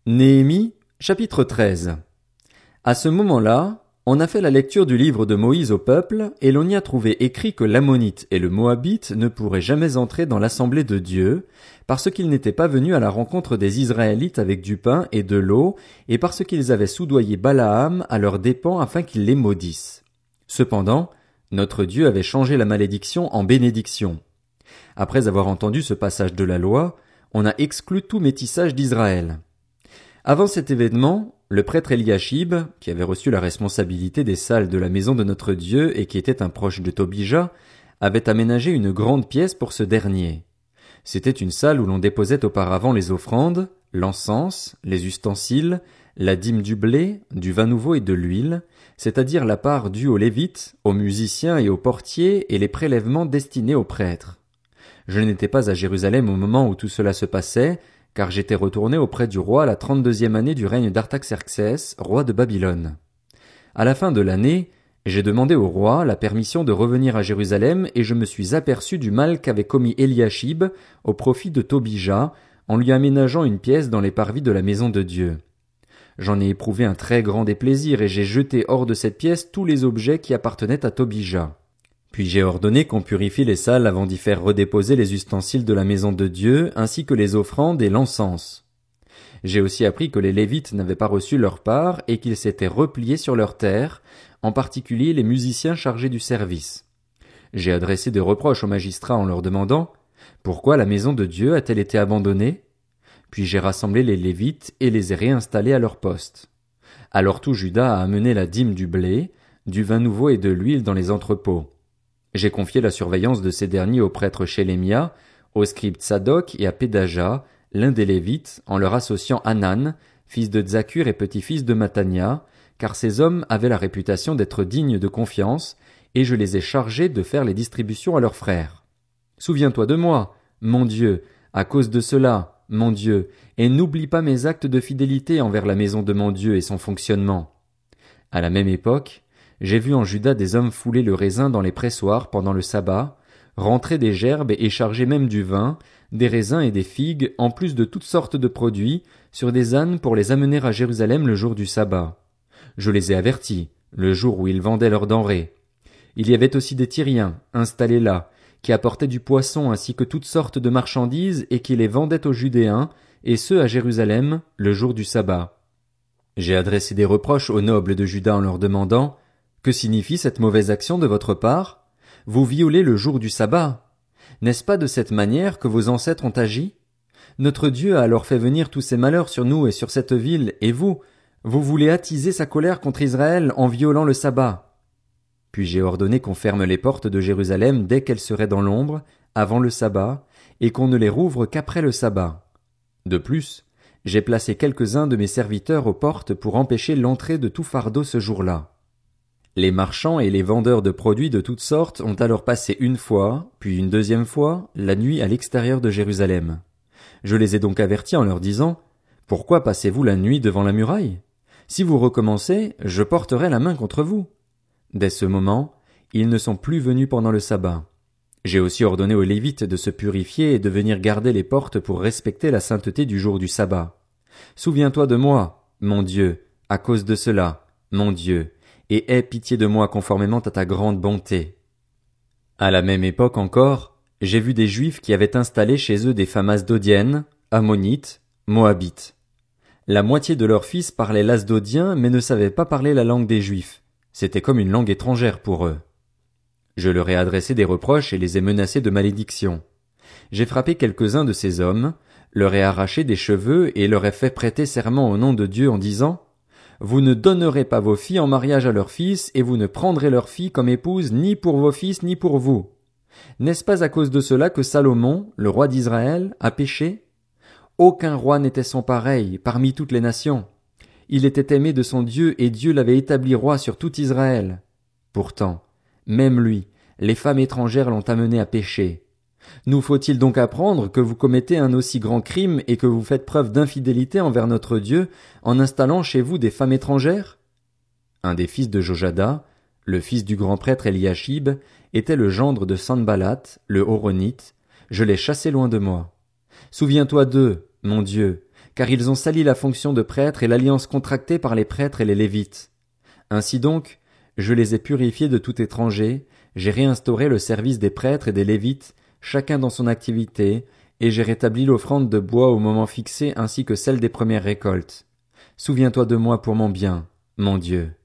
Néhémie, chapitre 13. À ce moment-là, on a fait la lecture du livre de Moïse au peuple, et l'on y a trouvé écrit que l'Ammonite et le Moabite ne pourraient jamais entrer dans l'assemblée de Dieu, parce qu'ils n'étaient pas venus à la rencontre des Israélites avec du pain et de l'eau, et parce qu'ils avaient soudoyé Balaam à leurs dépens afin qu'il les maudisse. Cependant, notre Dieu avait changé la malédiction en bénédiction. Après avoir entendu ce passage de la loi, on a exclu tout métissage d'Israël. Avant cet événement, le prêtre Eliashib, qui avait reçu la responsabilité des salles de la maison de notre Dieu et qui était un proche de Tobija, avait aménagé une grande pièce pour ce dernier. C'était une salle où l'on déposait auparavant les offrandes, l'encens, les ustensiles, la dîme du blé, du vin nouveau et de l'huile, c'est-à-dire la part due aux Lévites, aux musiciens et aux portiers et les prélèvements destinés aux prêtres. Je n'étais pas à Jérusalem au moment où tout cela se passait, car j'étais retourné auprès du roi la 32e année du règne d'Artaxerxès, roi de Babylone. À la fin de l'année, j'ai demandé au roi la permission de revenir à Jérusalem et je me suis aperçu du mal qu'avait commis Eliashib au profit de Tobija, en lui aménageant une pièce dans les parvis de la maison de Dieu. J'en ai éprouvé un très grand déplaisir et j'ai jeté hors de cette pièce tous les objets qui appartenaient à Tobija. Puis j'ai ordonné qu'on purifie les salles avant d'y faire redéposer les ustensiles de la maison de Dieu, ainsi que les offrandes et l'encens. J'ai aussi appris que les Lévites n'avaient pas reçu leur part et qu'ils s'étaient repliés sur leurs terres, en particulier les musiciens chargés du service. J'ai adressé des reproches aux magistrats en leur demandant « Pourquoi la maison de Dieu a-t-elle été abandonnée ?» Puis j'ai rassemblé les Lévites et les ai réinstallés à leur poste. Alors tout Juda a amené la dîme du blé, du vin nouveau et de l'huile dans les entrepôts. J'ai confié la surveillance de ces derniers au prêtre Shélémia, au scribe Tsadok et à Pédaja, l'un des Lévites, en leur associant Hanan, fils de Tzakur et petit-fils de Matania, car ces hommes avaient la réputation d'être dignes de confiance, et je les ai chargés de faire les distributions à leurs frères. Souviens-toi de moi, mon Dieu, à cause de cela, mon Dieu, et n'oublie pas mes actes de fidélité envers la maison de mon Dieu et son fonctionnement. À la même époque, j'ai vu en Juda des hommes fouler le raisin dans les pressoirs pendant le sabbat, rentrer des gerbes et charger même du vin, des raisins et des figues, en plus de toutes sortes de produits, sur des ânes pour les amener à Jérusalem le jour du sabbat. Je les ai avertis, le jour où ils vendaient leurs denrées. Il y avait aussi des Tyriens, installés là, qui apportaient du poisson ainsi que toutes sortes de marchandises et qui les vendaient aux Judéens, et ceux à Jérusalem, le jour du sabbat. J'ai adressé des reproches aux nobles de Juda en leur demandant « Que signifie cette mauvaise action de votre part? Vous violez le jour du sabbat. N'est-ce pas de cette manière que vos ancêtres ont agi? Notre Dieu a alors fait venir tous ces malheurs sur nous et sur cette ville, et vous voulez attiser sa colère contre Israël en violant le sabbat. » Puis j'ai ordonné qu'on ferme les portes de Jérusalem dès qu'elles seraient dans l'ombre, avant le sabbat, et qu'on ne les rouvre qu'après le sabbat. De plus, j'ai placé quelques-uns de mes serviteurs aux portes pour empêcher l'entrée de tout fardeau ce jour-là. Les marchands et les vendeurs de produits de toutes sortes ont alors passé une fois, puis une deuxième fois, la nuit à l'extérieur de Jérusalem. Je les ai donc avertis en leur disant « Pourquoi passez-vous la nuit devant la muraille? Si vous recommencez, je porterai la main contre vous. » Dès ce moment, ils ne sont plus venus pendant le sabbat. J'ai aussi ordonné aux Lévites de se purifier et de venir garder les portes pour respecter la sainteté du jour du sabbat. Souviens-toi de moi, mon Dieu, à cause de cela, mon Dieu, et aie pitié de moi conformément à ta grande bonté. À la même époque encore, j'ai vu des Juifs qui avaient installé chez eux des femmes asdodiennes, ammonites, moabites. La moitié de leurs fils parlaient l'asdodien mais ne savaient pas parler la langue des Juifs. C'était comme une langue étrangère pour eux. Je leur ai adressé des reproches et les ai menacés de malédiction. J'ai frappé quelques-uns de ces hommes, leur ai arraché des cheveux et leur ai fait prêter serment au nom de Dieu en disant « Vous ne donnerez pas vos filles en mariage à leurs fils et vous ne prendrez leurs filles comme épouses ni pour vos fils ni pour vous. N'est-ce pas à cause de cela que Salomon, le roi d'Israël, a péché? Aucun roi n'était son pareil parmi toutes les nations. Il était aimé de son Dieu et Dieu l'avait établi roi sur tout Israël. Pourtant, même lui, les femmes étrangères l'ont amené à pécher. Nous faut-il donc apprendre que vous commettez un aussi grand crime et que vous faites preuve d'infidélité envers notre Dieu en installant chez vous des femmes étrangères? Un des fils de Jojada, le fils du grand prêtre Eliashib, était le gendre de Sanballat, le Horonite. Je l'ai chassé loin de moi. Souviens-toi d'eux, mon Dieu, car ils ont sali la fonction de prêtre et l'alliance contractée par les prêtres et les Lévites. Ainsi donc, je les ai purifiés de tout étranger, j'ai réinstauré le service des prêtres et des Lévites, chacun dans son activité, et j'ai rétabli l'offrande de bois au moment fixé ainsi que celle des premières récoltes. Souviens-toi de moi pour mon bien, mon Dieu.